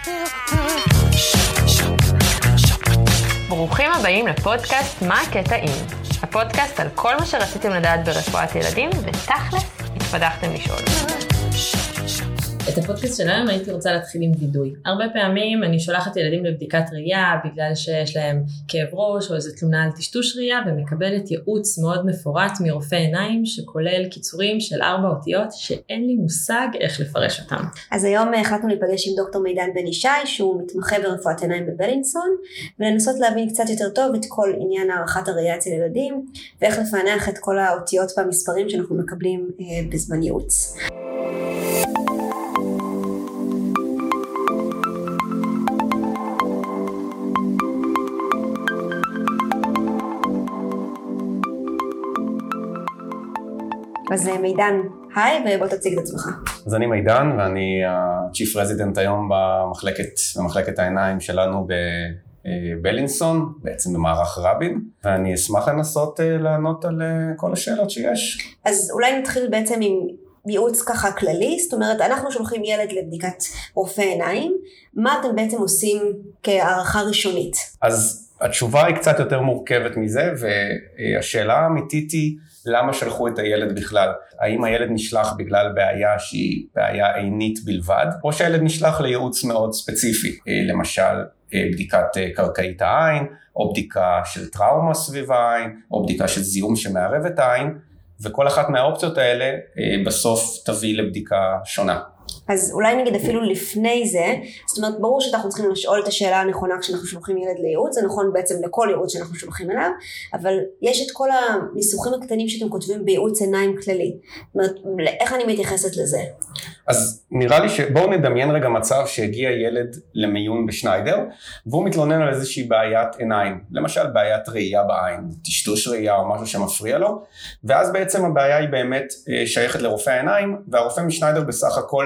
ברוכים הבאים לפודקאסט מה הקטע עם. הפודקאסט על כל מה שרציתם לדעת ברפואת ילדים, ותכלס התפתחתם לשאול. את הפודקאסט שלנו הייתי רוצה להתחיל עם וידוי. הרבה פעמים אני שולחת ילדים לבדיקת ראייה בגלל שיש להם כאב ראש או איזו תלונה על טשטוש ראייה, ומקבלת ייעוץ מאוד מפורט מרופא עיניים שכולל קיצורים של 4 אותיות שאין לי מושג איך לפרש אותם. אז היום החלטנו להיפגש עם דוקטור מידן בן ישי שהוא מתמחה ברפואת עיניים בבלינסון, ולנסות להבין קצת יותר טוב את כל עניין הערכת הראייה אצל ילדים ואיך לפענח את כל האותיות והמספרים שאנחנו מקבלים בזמן ייעוץ. אז מידן, היי, ובוא תציג את עצמך. אז אני מידן, ואני ה-Chief Resident היום במחלקת העיניים שלנו בבלינסון, בעצם במערך רבין, ואני אשמח לנסות לענות על כל השאלות שיש. אז אולי נתחיל בעצם עם ייעוץ ככה כללי, זאת אומרת, אנחנו שולחים ילד לבדיקת רופא עיניים, מה אתם בעצם עושים כהערכה ראשונית? אז התשובה היא קצת יותר מורכבת מזה, והשאלה האמיתית היא, למה שלחו את הילד בכלל? האם הילד נשלח בגלל בעיה שהיא בעיה עינית בלבד, או שהילד נשלח לייעוץ מאוד ספציפי, למשל בדיקת קרקעית העין, או בדיקה של טראומה סביב העין, או בדיקה של זיהום שמערב את העין, וכל אחת מהאופציות האלה בסוף תביא לבדיקה שונה. אז אולי נגיד אפילו לפני זה, זאת אומרת, ברור שאנחנו צריכים לשאול את השאלה הנכונה כשאנחנו שולחים ילד לייעוץ, זה נכון בעצם לכל ייעוץ שאנחנו שולחים אליו, אבל יש את כל הניסוחים הקטנים שאתם כותבים בייעוץ עיניים כללי. זאת אומרת, איך אני מתייחסת לזה? אז נראה לי שבואו נדמיין רגע מצב שהגיע ילד למיון בשניידר, והוא מתלונן על איזושהי בעיית עיניים, למשל בעיית ראייה בעין, טשטוש ראייה או משהו שמפריע לו, ואז בעצם הבעיה היא באמת שייכת לרופא העיניים, והרופא משניידר בסך הכל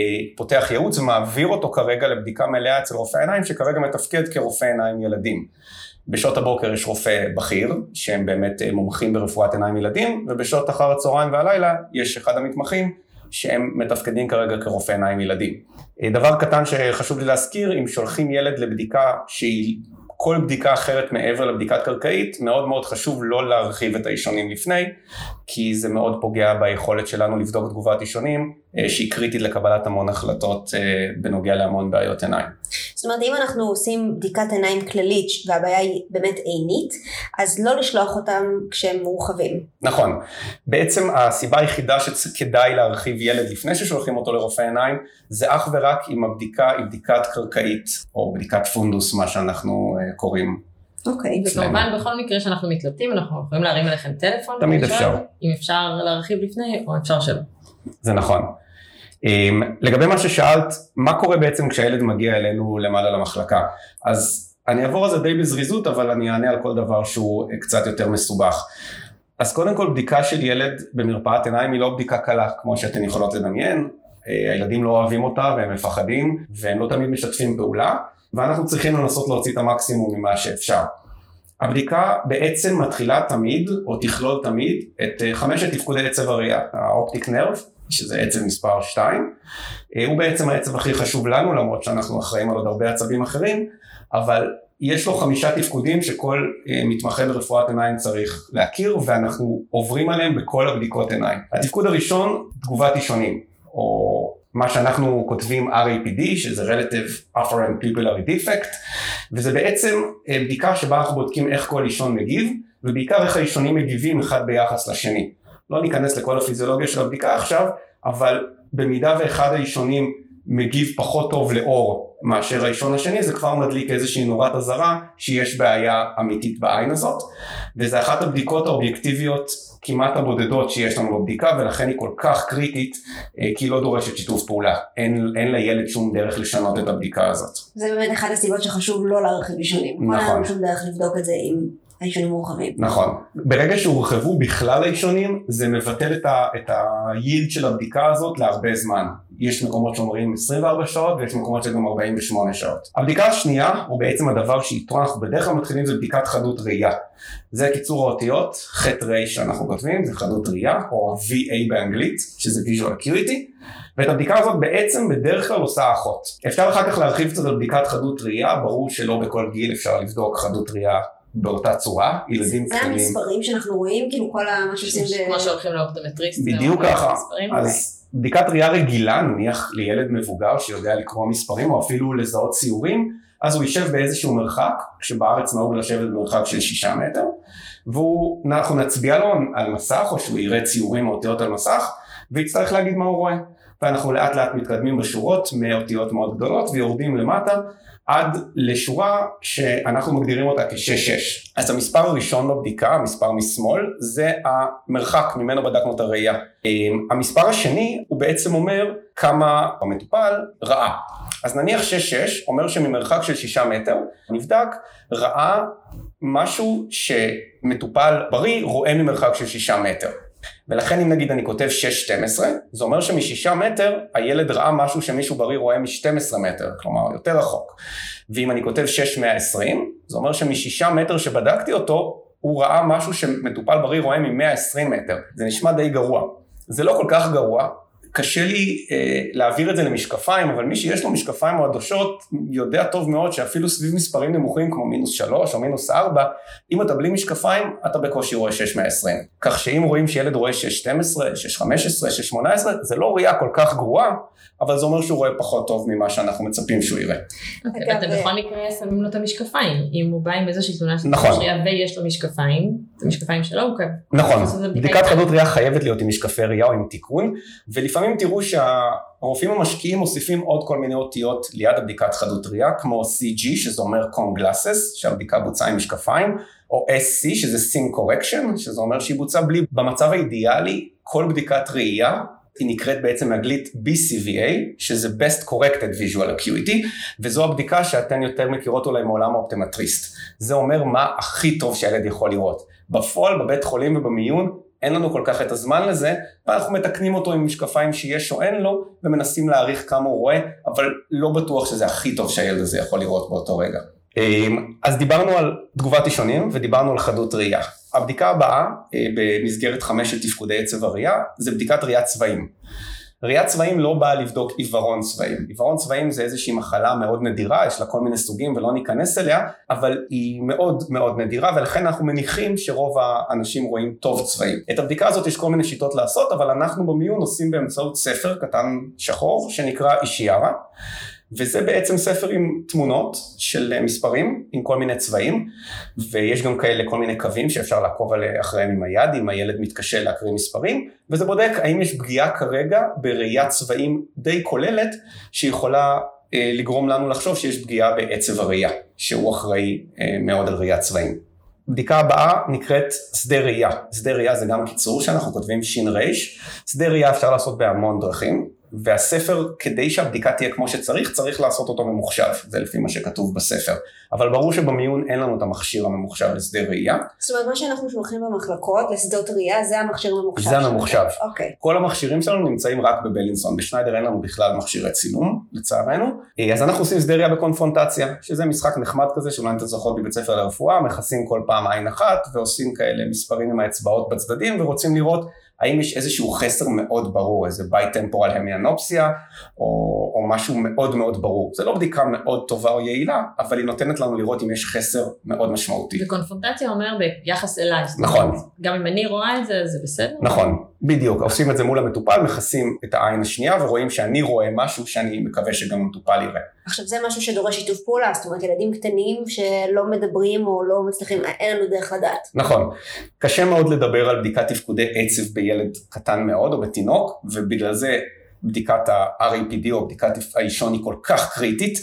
פותח ייעוץ ומעביר אותו כרגע לבדיקה מלאה אצל רופא העיניים, שכרגע מתפקד כרופא עיניים ילדים. בשעות הבוקר יש רופא בכיר, שהם באמת מומחים ברפואת עיניים ילדים, ובשעות אחר הצהריים והלילה יש אחד המתמחים, שהם מתפקדים כרגע כרופא עיניים ילדים. דבר קטן שחשוב לי להזכיר, אם שולחים ילד לבדיקה שהיא כל בדיקה אחרת מעבר לבדיקת קרקעית, מאוד מאוד חשוב לא להרחיב את האישונים לפני, כי זה מאוד פוגע ביכולת שלנו לבדוק תגובת אישונים, שהיא קריטית לקבלת המון החלטות בנוגע להמון בעיות עיניים. זאת אומרת, אם אנחנו עושים בדיקת עיניים כללית, והבעיה היא באמת עינית, אז לא לשלוח אותם כשהם מורחבים. נכון. בעצם הסיבה היחידה שכדאי להרחיב ילד לפני ששולחים אותו לרופא עיניים, זה אך ורק אם הבדיקה היא בדיקת קרקעית, או בדיקת פונדוס, מה שאנחנו קוראים. אוקיי. וכמובן בכל מקרה שאנחנו מתלבטים, אנחנו יכולים להרים אליכם טלפון. תמיד אפשר. אם אפשר להרחיב לפני, או אפשר שלא. זה נכון. לגבי מה ששאלת, מה קורה בעצם כשהילד מגיע אלינו למעלה למחלקה? אז אני אעבור על זה די בזריזות, אבל אני אענה על כל דבר שהוא קצת יותר מסובך. אז קודם כל, בדיקה של ילד במרפאת עיניים היא לא בדיקה קלה, כמו שאתן יכולות לדמיין. הילדים לא אוהבים אותה והם מפחדים, והם לא תמיד משתפים פעולה, ואנחנו צריכים לנסות להוציא את המקסימום ממה שאפשר. הבדיקה בעצם מתחילה תמיד, או תכלול תמיד, את 5 תפקודי עצב הראייה, האופטיק נרב, שזה עצב מספר 2, הוא בעצם העצב הכי חשוב לנו, למרות שאנחנו אחראים על עוד הרבה עצבים אחרים, אבל יש לו 5 תפקודים שכל מתמחה ברפואת עיניים צריך להכיר, ואנחנו עוברים עליהם בכל הבדיקות עיניים. התפקוד הראשון, תגובת אישונים, או מה שאנחנו כותבים RAPD, שזה Relative Afferent Pupillary Defect, וזה בעצם בדיקה שבה אנחנו בודקים איך כל אישון מגיב, ובעיקר איך האישונים מגיבים אחד ביחס לשני. לא ניכנס לכל הפיזיולוגיה של הבדיקה עכשיו, אבל במידה ואחד האישונים מגיב פחות טוב לאור מאשר האישון השני, זה כבר מדליק איזושהי נורת אזהרה שיש בעיה אמיתית בעין הזאת, וזה אחת הבדיקות האובייקטיביות כמעט הבודדות שיש לנו בבדיקה, ולכן היא כל כך קריטית, כי היא לא דורשת שיתוף פעולה. אין לילד שום דרך לשנות את הבדיקה הזאת. זה באמת אחת הסיבות שחשוב לא להרחיב אישונים. נכון. אין שום דרך לבדוק את זה האישונים מורחבים. נכון. ברגע שהורחבו בכלל האישונים, זה מבטל את היילד של הבדיקה הזאת להרבה זמן. יש מקומות שאומרים 24 שעות, ויש מקומות שגם 48 שעות. הבדיקה השנייה, הוא בעצם הדבר שיתרון, אנחנו בדרך כלל מתחילים, זה בדיקת חדות ראייה. זה קיצור האותיות, ח' ר' שאנחנו כותבים, זה חדות ראייה, או VA באנגלית, שזה Visual Acuity, ואת הבדיקה הזאת בעצם בדרך כלל עושה אחות. אפשר אחר כך להרחיב קצת על בדיקת חדות ראייה, ברור שלא בכל גיל אפשר לבדוק חדות ראייה באותה צורה, ילדים קטנים. זה המספרים שאנחנו רואים, כאילו כל מה שעושים כמו שהולכים לאופטומטריסט. בדיוק ככה. אז בדיקת ראייה רגילה, נניח לילד מבוגר שיודע לקרוא מספרים, או אפילו לזהות ציורים, אז הוא יישב באיזשהו מרחק, כשבארץ נהוג לשבת במרחק של 6 מטר, ואנחנו נצביע לו על מסך, או שהוא יראה ציורים או אותיות על מסך, ויצטרך להגיד מה הוא רואה. ואנחנו לאט לאט מתקדמים בשורות מאותיות מאוד גדולות, ויורדים למטה, עד לשורה שאנחנו מגדירים אותה כ-6-6. אז המספר הראשון בבדיקה, המספר משמאל, זה המרחק ממנו בדקנו את הראייה. המספר השני הוא בעצם אומר כמה המטופל ראה. אז נניח 6-6 אומר שממרחק של 6 מטר נבדק ראה משהו שמטופל בריא רואה ממרחק של 6 מטר. ולכן אם נגיד אני כותב 6-12, זה אומר שמ6 מטר הילד ראה משהו שמישהו בריא רואה מ12 מטר, כלומר יותר רחוק. ואם אני כותב 6-120, זה אומר שמ6 מטר שבדקתי אותו, הוא ראה משהו שמטופל בריא רואה מ120 מטר. זה נשמע די גרוע. זה לא כל כך גרוע, קשה לי להעביר את זה למשקפיים, אבל מי שיש לו משקפיים או עדשות יודע טוב מאוד שאפילו סביב מספרים נמוכים כמו -3 או -4, אם אתה בלי משקפיים אתה בקושי רואה 6-120. כך שאם רואים שילד רואה 6-12, 6-15, 6-18, זה לא ראייה כל כך גרועה, אבל זה אומר שהוא רואה פחות טוב ממה שאנחנו מצפים שהוא יראה. ואתה בכל מקרה שמים לו את המשקפיים, אם הוא בא עם איזושהי תלונה של ראייה ויש לו משקפיים, את המשקפיים שלו הוא כאן. נכון, בדיקת חדות ראייה חייבת להיות עם משקפי ראייה או עם תיקון, ולפעמים תראו שהרופאים המשקיעים מוסיפים עוד כל מיני אותיות ליד הבדיקת חדות ראייה, כמו CG, שזה אומר Con Glasses, שהבדיקה בוצעה עם משקפיים, או SC, שזה Sim Correction, שזה אומר שהיא בוצעה בלי. במצב האידיאלי, כל בדיקת ראייה, היא נקראת בעצם מאנגלית BCVA, שזה Best Corrected Visual Acuity, וזו הבדיקה שאתן יותר מכירות אולי מעולם האופטומטריסט. זה אומר מה הכי טוב שהילד יכול לראות. בפועל, בבית חולים ובמיון, אין לנו כל כך את הזמן לזה, ואנחנו מתקנים אותו עם משקפיים שיש או אין לו, ומנסים להעריך כמה הוא רואה, אבל לא בטוח שזה הכי טוב שהילד הזה יכול לראות באותו רגע. אז דיברנו על תגובת אישונים, ודיברנו על חדות ראייה. הבדיקה הבאה, במסגרת 5 תפקודי עצב הראייה, זה בדיקת ראיית צבעים. ראיית צבעים לא באה לבדוק עיוורון צבעים. עיוורון צבעים זה איזושהי מחלה מאוד נדירה, יש לה כל מיני סוגים ולא ניכנס אליה, אבל היא מאוד מאוד נדירה, ולכן אנחנו מניחים שרוב האנשים רואים טוב צבעים. את הבדיקה הזאת יש כל מיני שיטות לעשות, אבל אנחנו במיון עושים באמצעות ספר קטן שחור, שנקרא אישיירה, וזה בעצם ספר עם תמונות של מספרים, עם כל מיני צבעים, ויש גם כאלה כל מיני קווים שאפשר לעקוב אחריהם עם היד, אם הילד מתקשה להקריא מספרים, וזה בודק האם יש פגיעה כרגע בראיית צבעים די כוללת, שיכולה לגרום לנו לחשוב שיש פגיעה בעצב הראייה, שהוא אחראי מאוד על ראיית צבעים. בדיקה הבאה נקראת שדה ראייה. שדה ראייה זה גם קיצור שאנחנו כותבים שין רייש. שדה ראייה אפשר לעשות בהמון דרכים, והספר, כדי שהבדיקה תהיה כמו שצריך, צריך לעשות אותו ממוחשב. זה לפי מה שכתוב בספר. אבל ברור שבמיון אין לנו את המכשיר הממוחשב לשדה ראייה. זאת אומרת, מה שאנחנו שולחים במחלקות לשדות ראייה, זה המכשיר הממוחשב. זה הממוחשב. אוקיי. כל המכשירים שלנו נמצאים רק בבלינסון. בשניידר אין לנו בכלל מכשירי צילום, לצערנו. אז אנחנו עושים שדה ראייה בקונפרונטציה, שזה משחק נחמד כזה, שאולי אתם זוכרות בבית ספר לרפואה, מכסים כל פעם עין אחת, ועושים כאלה מספרים עם האצבעות בצדדים, ורוצים לראות האם יש איזשהו חסר מאוד ברור, איזה ביטמפורל המייאנופסיה, או משהו מאוד מאוד ברור. זה לא בדיקה מאוד טובה או יעילה, אבל היא נותנת לנו לראות אם יש חסר מאוד משמעותי. וקונפרונטציה אומר ביחס אליי. נכון. גם אם אני רואה את זה, זה בסדר? נכון, בדיוק. עושים את זה מול המטופל, מכסים את העין השנייה, ורואים שאני רואה משהו שאני מקווה שגם המטופל יראה. עכשיו זה משהו שדורש שיתוף פעולה, זאת אומרת ילדים קטנים שלא מדברים או לא מצליחים, אין לנו דרך לדעת. נכון. קשה מאוד לדבר על בדיקת תפקודי עצב בילד קטן מאוד או בתינוק, ובגלל זה בדיקת ה-RAPD או בדיקת האישון היא כל כך קריטית,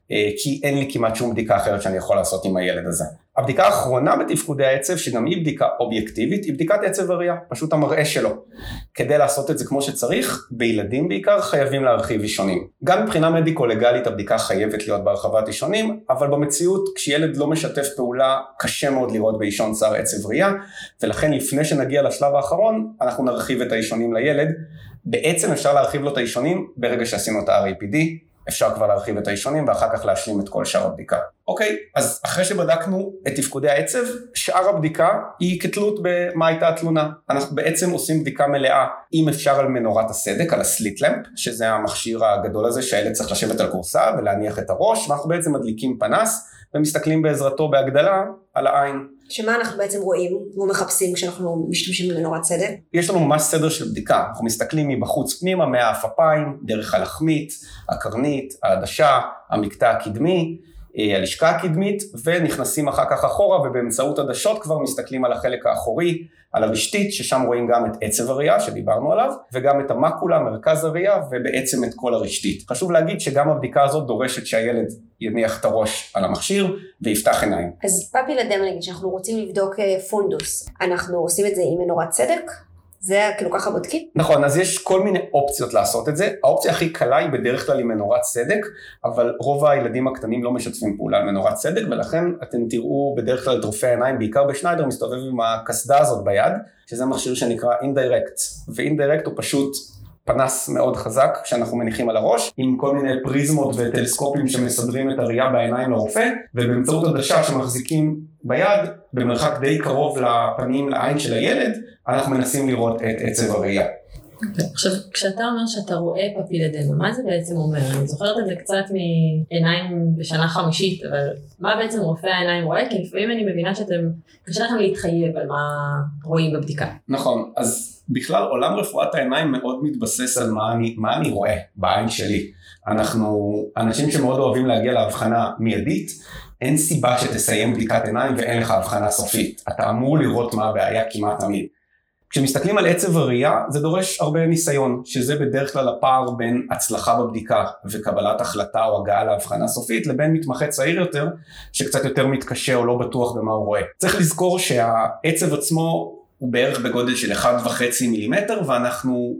כי אין לי כמעט שום בדיקה אחרת שאני יכול לעשות עם הילד הזה. הבדיקה האחרונה בתפקודי העצב, שגם היא בדיקה אובייקטיבית, היא בדיקת עצב הראייה, פשוט המראה שלו. כדי לעשות את זה כמו שצריך, בילדים בעיקר חייבים להרחיב אישונים. גם מבחינה מדיקו-לגלית הבדיקה חייבת להיות בהרחבת אישונים, אבל במציאות כשילד לא משתף פעולה, קשה מאוד לראות באישון צר עצב ראייה, ולכן לפני שנגיע לשלב האחרון, אנחנו נרחיב את האישונים לילד. בעצם אפשר להרחיב לו את האישונים ברגע שעשינו את ה-RAPD, אפשר כבר להרחיב את האישונים ואחר כך להשלים את כל שאר הבדיקה. אוקיי, אז אחרי שבדקנו את תפקודי העצב, שאר הבדיקה היא כתלות במה הייתה התלונה. אנחנו בעצם עושים בדיקה מלאה, אם אפשר על מנורת הסדק, על הסליט למפ, שזה המכשיר הגדול הזה שהילד צריך לשבת על קורסה ולהניח את הראש, ואנחנו בעצם מדליקים פנס ומסתכלים בעזרתו בהגדלה על העין. שמה אנחנו בעצם רואים ומחפשים כשאנחנו משתמשים במנורת סדק? יש לנו ממש סדר של בדיקה, אנחנו מסתכלים מבחוץ פנימה, מהאף אפיים, דרך הלחמית, הקרנית, העדשה, המקטע הקדמי, הלשכה הקדמית, ונכנסים אחר כך אחורה, ובאמצעות עדשות כבר מסתכלים על החלק האחורי, על הרשתית, ששם רואים גם את עצב הראייה שדיברנו עליו, וגם את המקולה, מרכז הראייה, ובעצם את כל הרשתית. חשוב להגיד שגם הבדיקה הזאת דורשת שהילד יניח את הראש על המכשיר, ויפתח עיניים. אז פפילדמה, נגיד, שאנחנו רוצים לבדוק פונדוס, אנחנו עושים את זה עם מנורת סדק? זה כאילו ככה בודקים? נכון, אז יש כל מיני אופציות לעשות את זה. האופציה הכי קלה היא בדרך כלל עם מנורת סדק, אבל רוב הילדים הקטנים לא משתפים פעולה על מנורת סדק, ולכן אתם תראו בדרך כלל את רופא העיניים, בעיקר בשניידר, מסתובב עם הקסדה הזאת ביד, שזה מכשיר שנקרא אינדיירקט, ואינדיירקט הוא פשוט פנס מאוד חזק שאנחנו מניחים על הראש, עם כל מיני פריזמות וטלסקופים שמסדרים את הראייה בעיניים לרופא, ובאמצעות עדשה שמחזיקים ביד, במרחק די קרוב לפנים, לעין של הילד, אנחנו מנסים לראות את עצב הראייה. עכשיו, כשאתה אומר שאתה רואה פפילדמה, מה זה בעצם אומר? אני זוכרת את זה קצת מעיניים בשנה חמישית, אבל מה בעצם רופא העיניים רואה? כי לפעמים אני מבינה קשה לכם להתחייב על מה רואים בבדיקה. נכון, אז בכלל עולם רפואת העיניים מאוד מתבסס על מה אני רואה בעין שלי. אנחנו אנשים שמאוד אוהבים להגיע להבחנה מיידית, אין סיבה שתסיים בדיקת עיניים ואין לך הבחנה סופית. אתה אמור לראות מה הבעיה כמעט תמיד. כשמסתכלים על עצב הראייה, זה דורש הרבה ניסיון, שזה בדרך כלל הפער בין הצלחה בבדיקה וקבלת החלטה או הגעה להבחנה סופית, לבין מתמחה צעיר יותר, שקצת יותר מתקשה או לא בטוח במה הוא רואה. צריך לזכור שהעצב עצמו הוא בערך בגודל של 1.5 מילימטר, ואנחנו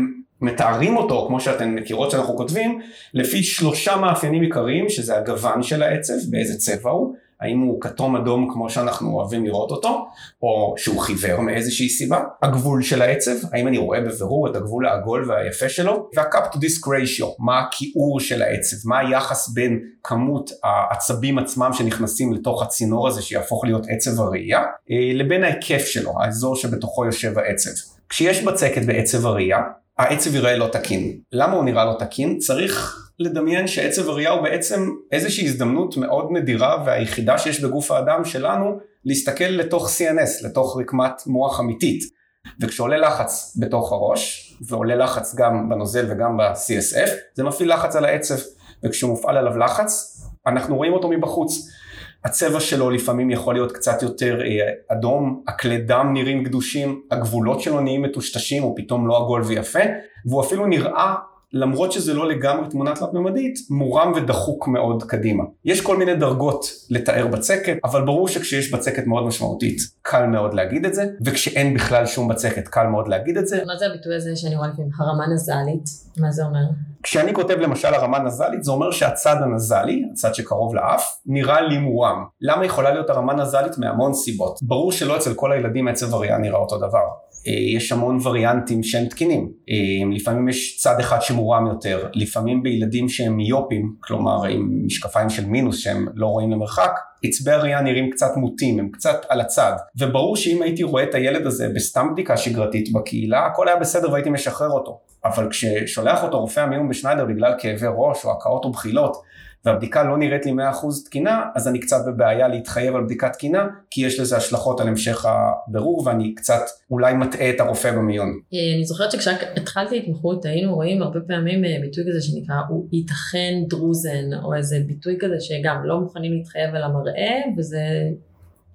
מתארים אותו, כמו שאתן מכירות שאנחנו כותבים, לפי 3 מאפיינים עיקריים, שזה הגוון של העצב, באיזה צבע הוא, האם הוא כתום אדום כמו שאנחנו אוהבים לראות אותו, או שהוא חיוור מאיזושהי סיבה, הגבול של העצב, האם אני רואה בבירור את הגבול העגול והיפה שלו, וה-cup to disc ratio, מה הכיעור של העצב, מה היחס בין כמות העצבים עצמם שנכנסים לתוך הצינור הזה שיהפוך להיות עצב הראייה, לבין ההיקף שלו, האזור שבתוכו יושב העצב. כשיש בצקת בעצב הראייה, העצב יראה לא תקין. למה הוא נראה לא תקין? צריך לדמיין שעצב הראייה הוא בעצם איזושהי הזדמנות מאוד נדירה והיחידה שיש בגוף האדם שלנו להסתכל לתוך CNS, לתוך רקמת מוח אמיתית. וכשעולה לחץ בתוך הראש, ועולה לחץ גם בנוזל וגם ב-CSF, זה מפעיל לחץ על העצב, וכשהוא מופעל עליו לחץ, אנחנו רואים אותו מבחוץ. הצבע שלו לפעמים יכול להיות קצת יותר אדום, הכלי דם נראים גדושים, הגבולות שלו נהיים מטושטשים, הוא פתאום לא עגול ויפה, והוא אפילו נראה, למרות שזה לא לגמרי תמונה תלת-ממדית, מורם ודחוק מאוד קדימה. יש כל מיני דרגות לתאר בצקת, אבל ברור שכשיש בצקת מאוד משמעותית, קל מאוד להגיד את זה, וכשאין בכלל שום בצקת, קל מאוד להגיד את זה. מה זה הביטוי הזה שאני רואה לפעמים הרמה נזלית? מה זה אומר? כשאני כותב למשל הרמה נזלית, זה אומר שהצד הנזלי, הצד שקרוב לאף, נראה לי מורם. למה יכולה להיות הרמה נזלית? מהמון סיבות. ברור שלא אצל כל הילדים עצב הראייה נראה אותו דבר. יש המון וריאנטים שהם תקינים. לפעמים יש צד אחד שמורם יותר, לפעמים בילדים שהם מיופים, כלומר עם משקפיים של מינוס שהם לא רואים למרחק, עצבי הראייה נראים קצת מוטים, הם קצת על הצד. וברור שאם הייתי רואה את הילד הזה בסתם בדיקה שגרתית בקהילה, הכל היה בסדר והייתי משחרר אותו. אבל כששולח אותו רופא המיון בשניידר בגלל כאבי ראש או הקאות או בחילות, והבדיקה לא נראית לי 100% תקינה, אז אני קצת בבעיה להתחייב על בדיקה תקינה, כי יש לזה השלכות על המשך הבירור, ואני קצת אולי מטעה את הרופא במיון. אני זוכרת שכשהתחלתי התמחות, היינו רואים הרבה פעמים ביטוי כזה שנקרא, הוא ייתכן דרוזן, או איזה ביטוי כזה שגם לא מוכנים להתחייב על המראה, וזה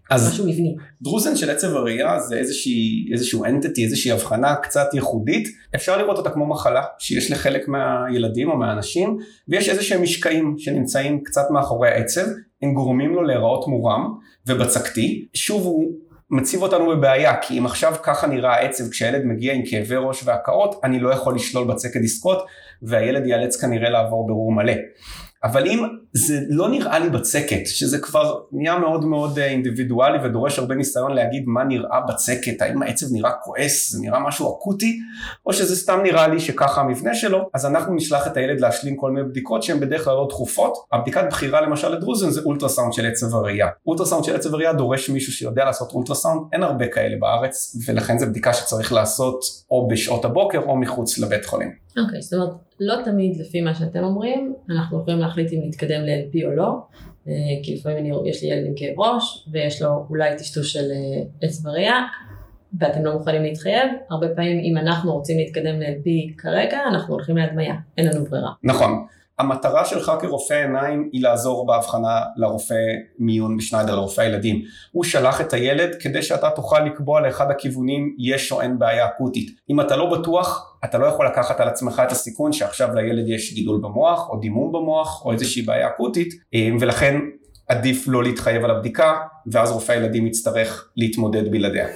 משהו מבני. דרוזן של עצב הראייה זה איזשהו אנטיטי, איזושהי הבחנה קצת ייחודית, אפשר לראות אותה כמו מחלה שיש לחלק מהילדים או מהאנשים, ויש איזשהם משקעים שנמצאים קצת מאחורי העצב, הם גורמים לו להיראות מורם ובצקתי, שוב הוא מציב אותנו בבעיה, כי אם עכשיו ככה נראה העצב כשהילד מגיע עם כאבי ראש והקאות, אני לא יכול לשלול בצקת דיסקות, והילד ייאלץ כנראה לעבור ברור מלא. אבל אם זה לא נראה לי בצקת, שזה כבר נהיה מאוד מאוד אינדיבידואלי ודורש הרבה ניסיון להגיד מה נראה בצקת, האם העצב נראה כועס, זה נראה משהו אקוטי, או שזה סתם נראה לי שככה המבנה שלו, אז אנחנו נשלח את הילד להשלים כל מיני בדיקות שהן בדרך כלל לא דחופות. הבדיקת בחירה למשל לדרוזן זה אולטרסאונד של עצב הראייה. אולטרסאונד של עצב הראייה דורש מישהו שיודע לעשות אולטרסאונד, אין הרבה כאלה בארץ, ולכן זו בדיקה שצריך לעשות או בשעות הבוקר או מחוץ לבית חולים. אוקיי, זאת אומרת, לא תמיד לפי מה שאתם אומרים, אנחנו יכולים להחליט אם להתקדם ל-LP או לא, כי לפעמים יש לי ילד עם כאב ראש, ויש לו אולי טשטוש של עצב הראייה, ואתם לא מוכנים להתחייב, הרבה פעמים אם אנחנו רוצים להתקדם ל-LP כרגע, אנחנו הולכים להדמיה, אין לנו ברירה. נכון. המטרה שלך כרופא עיניים היא לעזור בהבחנה לרופא מיון בשניידר, לרופא הילדים. הוא שלח את הילד כדי שאתה תוכל לקבוע לאחד הכיוונים יש או אין בעיה אקוטית. אם אתה לא בטוח, אתה לא יכול לקחת על עצמך את הסיכון שעכשיו לילד יש גידול במוח או דימום במוח או איזושהי בעיה אקוטית, ולכן עדיף לא להתחייב על הבדיקה, ואז רופא הילדים יצטרך להתמודד בלעדיה.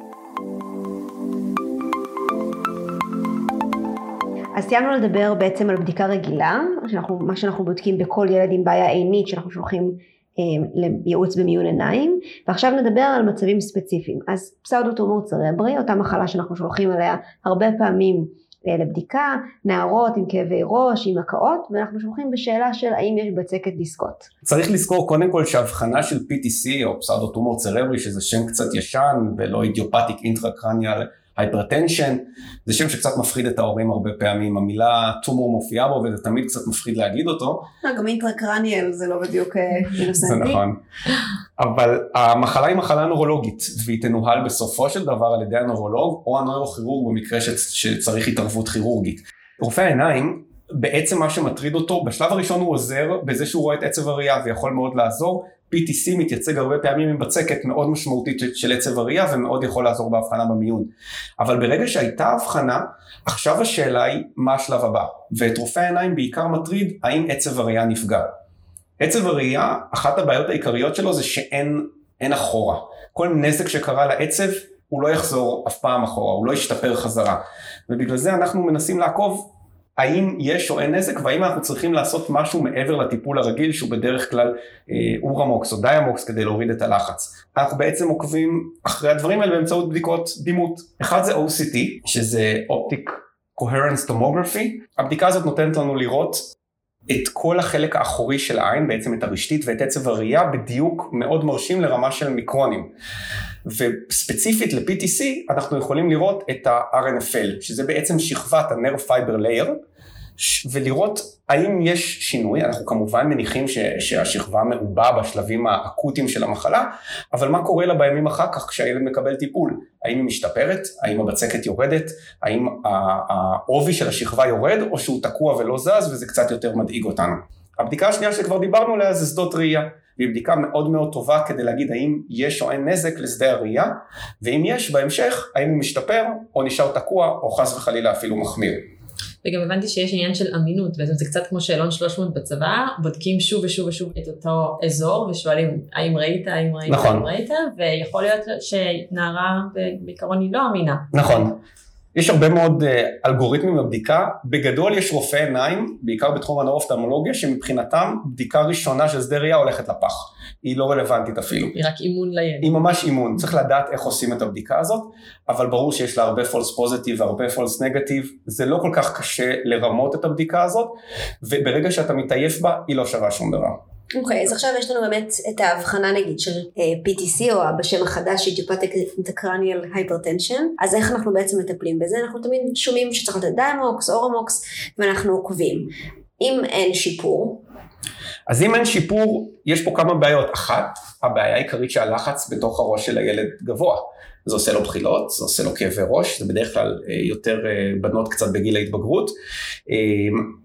אז סיימנו לדבר בעצם על בדיקה רגילה, מה שאנחנו בודקים בכל ילד עם בעיה עינית שאנחנו שולחים לייעוץ במיון עיניים, ועכשיו נדבר על מצבים ספציפיים. אז פסאודו-טומור צרברי, אותה מחלה שאנחנו שולחים עליה הרבה פעמים לבדיקה, נערות עם כאבי ראש, עם הקאות, ואנחנו שולחים בשאלה של האם יש בצקת דיסקות. צריך לזכור קודם כל שההבחנה של PTC או פסאודו-טומור צרברי, שזה שם קצת ישן ולא אידיופטיק אינטרקרניאל הייפרטנשן, זה שם שקצת מפחיד את ההורים הרבה פעמים, המילה טומור מופיעה בו וזה תמיד קצת מפחיד להגיד אותו. גם אינטרקרניאל זה לא בדיוק אינוסנטי. זה נכון, אבל המחלה היא מחלה נורולוגית, והיא תנוהל בסופו של דבר על ידי הנורולוג או הנוירוכירורג במקרה שצריך התערבות כירורגית. רופא העיניים, בעצם מה שמטריד אותו, בשלב הראשון הוא עוזר בזה שהוא רואה את עצב הראייה ויכול מאוד לעזור. PTC מתייצג הרבה פעמים עם בצקת מאוד משמעותית של עצב הראייה ומאוד יכול לעזור בהבחנה במיון. אבל ברגע שהייתה הבחנה, עכשיו השאלה היא מה השלב הבא. ואת רופא העיניים בעיקר מטריד האם עצב הראייה נפגע. עצב הראייה, אחת הבעיות העיקריות שלו זה שאין אחורה. כל נזק שקרה לעצב הוא לא יחזור אף פעם אחורה, הוא לא ישתפר חזרה. ובגלל זה אנחנו מנסים לעקוב האם יש או אין נזק, והאם אנחנו צריכים לעשות משהו מעבר לטיפול הרגיל, שהוא בדרך כלל אורמוקס או דיאמוקס, כדי להוריד את הלחץ. אנחנו בעצם עוקבים אחרי הדברים האלה באמצעות בדיקות דימות. אחד זה OCT, שזה Optic Coherence Tomography. הבדיקה הזאת נותנת לנו לראות את כל החלק האחורי של העין, בעצם את הרשתית ואת עצב הראייה, בדיוק מאוד מרשים לרמה של מיקרונים. וספציפית ל-PTC אנחנו יכולים לראות את ה-RNFL, שזה בעצם שכבת ה-Nerve Fiber Layer, ולראות האם יש שינוי. אנחנו כמובן מניחים שהשכבה מעובה בשלבים האקוטיים של המחלה, אבל מה קורה לה בימים אחר כך כשהילד מקבל טיפול? האם היא משתפרת? האם הבצקת יורדת? האם העובי של השכבה יורד, או שהוא תקוע ולא זז, וזה קצת יותר מדאיג אותנו. הבדיקה השנייה שכבר דיברנו עליה זה שדות ראייה, והיא בדיקה מאוד מאוד טובה כדי להגיד האם יש או אין נזק לשדה הראייה, ואם יש בהמשך, האם הוא משתפר או נשאר תקוע או חס וחלילה אפילו מחמיר. וגם הבנתי שיש עניין של אמינות, בעצם זה קצת כמו שאלון 300 בצבא, בודקים שוב ושוב ושוב את אותו אזור, ושואלים האם ראית, האם ראית, נכון. האם ראית, ויכול להיות שנערה בעיקרון היא לא אמינה. נכון. יש הרבה מאוד אלגוריתמים לבדיקה, בגדול יש רופאי עיניים, בעיקר בתחום הנוירופתלמולוגיה, שמבחינתם בדיקה ראשונה של שדה ראייה הולכת לפח, היא לא רלוונטית אפילו. היא רק אימון לילד. היא ממש אימון, צריך לדעת איך עושים את הבדיקה הזאת, אבל ברור שיש לה הרבה false positive והרבה false negative, זה לא כל כך קשה לרמות את הבדיקה הזאת, וברגע שאתה מתעייף בה, היא לא שווה שום דבר. אוקיי, אז עכשיו יש לנו באמת את ההבחנה נגיד של PTC, או בשם החדש Idiopathic Intracranial Hypertension. אז איך אנחנו בעצם מטפלים בזה? אנחנו תמיד שומעים שצריך לתת דיאמוקס, אורמוקס, ואנחנו עוקבים. אם אין שיפור, אז אם אין שיפור, יש פה כמה בעיות. אחת, הבעיה העיקרית שהלחץ בתוך הראש של הילד גבוה. זה עושה לו בחילות, זה עושה לו כאבי ראש, זה בדרך כלל יותר בנות קצת בגיל ההתבגרות.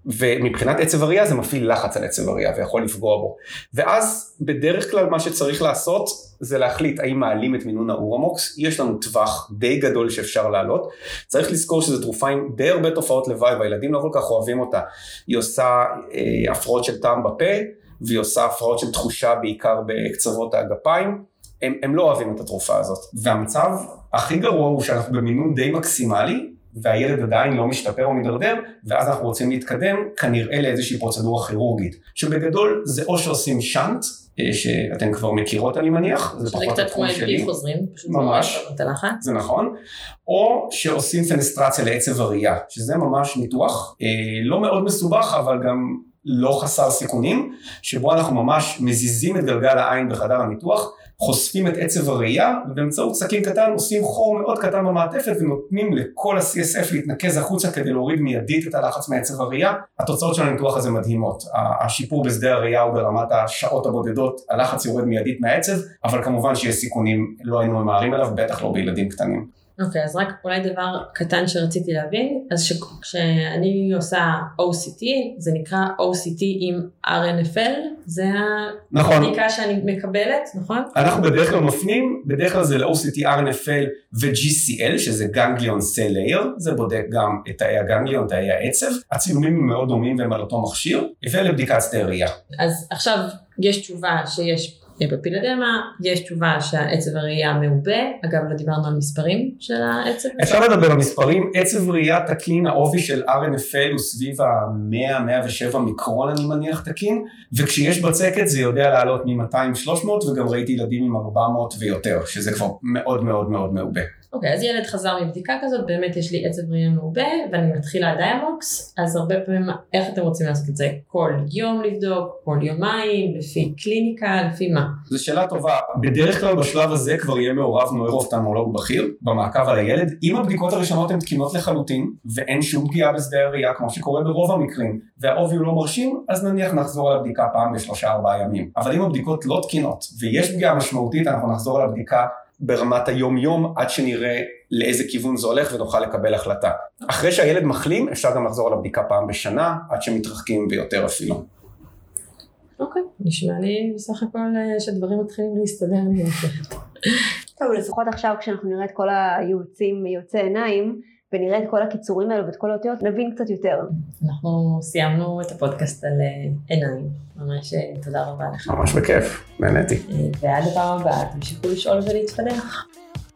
ומבחינת עצב הראייה זה מפעיל לחץ על עצב הראייה ויכול לפגוע בו. ואז בדרך כלל מה שצריך לעשות זה להחליט האם מעלים את מינון האורמוקס, יש לנו טווח די גדול שאפשר לעלות, צריך לזכור שזו תרופה עם די הרבה תופעות לוואי והילדים לא כל כך אוהבים אותה, היא עושה הפרעות של טעם בפה, והיא עושה הפרעות של תחושה בעיקר בקצוות הגפיים, הם לא אוהבים את התרופה הזאת, והמצב הכי גרוע הוא שאנחנו במינון די מקסימלי, והילד עדיין לא משתפר או מדרדר, ואז אנחנו רוצים להתקדם כנראה לאיזושהי פרוצדורה כירורגית, שבגדול זה או שעושים שנט, שאתם כבר מכירות אני מניח, זה פחות התחום שלי, חוזרים, ממש, זה נכון, או שעושים פנסטרציה לעצב הראייה, שזה ממש ניתוח, לא מאוד מסובך אבל גם לא חסר סיכונים, שבו אנחנו ממש מזיזים את גלגל העין בחדר הניתוח, חושפים את עצב הראייה, ובאמצעות סכין קטן עושים חור מאוד קטן במעטפת, ונותנים לכל ה-CSF להתנקז החוצה כדי להוריד מיידית את הלחץ מעצב הראייה. התוצאות של הניתוח הזה מדהימות. השיפור בשדה הראייה הוא ברמת השעות הבודדות, הלחץ יורד מיידית מהעצב, אבל כמובן שיש סיכונים לא היינו ממהרים אליו, בטח לא בילדים קטנים. אוקיי, אז רק אולי דבר קטן שרציתי להבין, אז כשאני עושה OCT, זה נקרא OCT עם RNFL, זה הבדיקה שאני מקבלת, נכון? אנחנו בדרך כלל מפנים, בדרך כלל זה ל-OCT, RNFL ו-GCL, שזה גנגליון סל לייר, זה בודק גם את תאי הגנגליון, תאי העצב, הצילומים הם מאוד דומים והם על אותו מכשיר, ולבדיקת שדה ראייה. אז עכשיו יש תשובה שיש בפילדמה, יש תשובה שהעצב הראייה מעובה, אגב לא דיברנו על מספרים של העצב. אפשר לדבר על מספרים, עצב ראייה תקין, העובי של RNFL הוא סביב ה-100-107 מיקרון אני מניח תקין, וכשיש בצקת זה יודע לעלות מ-200-300 וגם ראיתי ילדים עם 400 ויותר, שזה כבר מאוד מאוד מאוד מעובה. אוקיי, אז ילד חזר מבדיקה כזאת, באמת יש לי עצב ראייה מעובה, ואני מתחילה דיימוקס, אז הרבה פעמים איך אתם רוצים לעשות את זה? כל יום לבדוק, כל יומיים, לפי קליניקה, לפי מה? זו שאלה טובה. בדרך כלל בשלב הזה כבר יהיה מעורב נוירופטלמולוג בכיר, במעקב על הילד, אם הבדיקות הראשונות הן תקינות לחלוטין, ואין שום פגיעה בשדה הראייה, כמו שקורה ברוב המקרים, והעובי הוא לא מרשים, אז נניח נחזור על הבדיקה פעם ב3-4 ימים. אבל אם הבדיקות לא תקינות, ויש פגיעה משמעותית, אנחנו נחזור על הבדיקה ברמת היום-יום, עד שנראה לאיזה כיוון זה הולך ונוכל לקבל החלטה. אחרי שהילד מחלים, אפשר גם לחזור על הבדיקה פעם בשנה, עד שמתרחקים ביותר אפילו. אוקיי, נשמע לי בסך הכל שדברים מתחילים להסתדר לי. טוב, לפחות עכשיו כשאנחנו נראה את כל הייעוצים מיוצאי עיניים, ונראה את כל הקיצורים האלו ואת כל האותיות, נבין קצת יותר. אנחנו סיימנו את הפודקאסט על עיניים. ממש תודה רבה לך. ממש בכיף, נהניתי. ועד הפעם הבאה, תמשיכו לשאול ולהתפתח.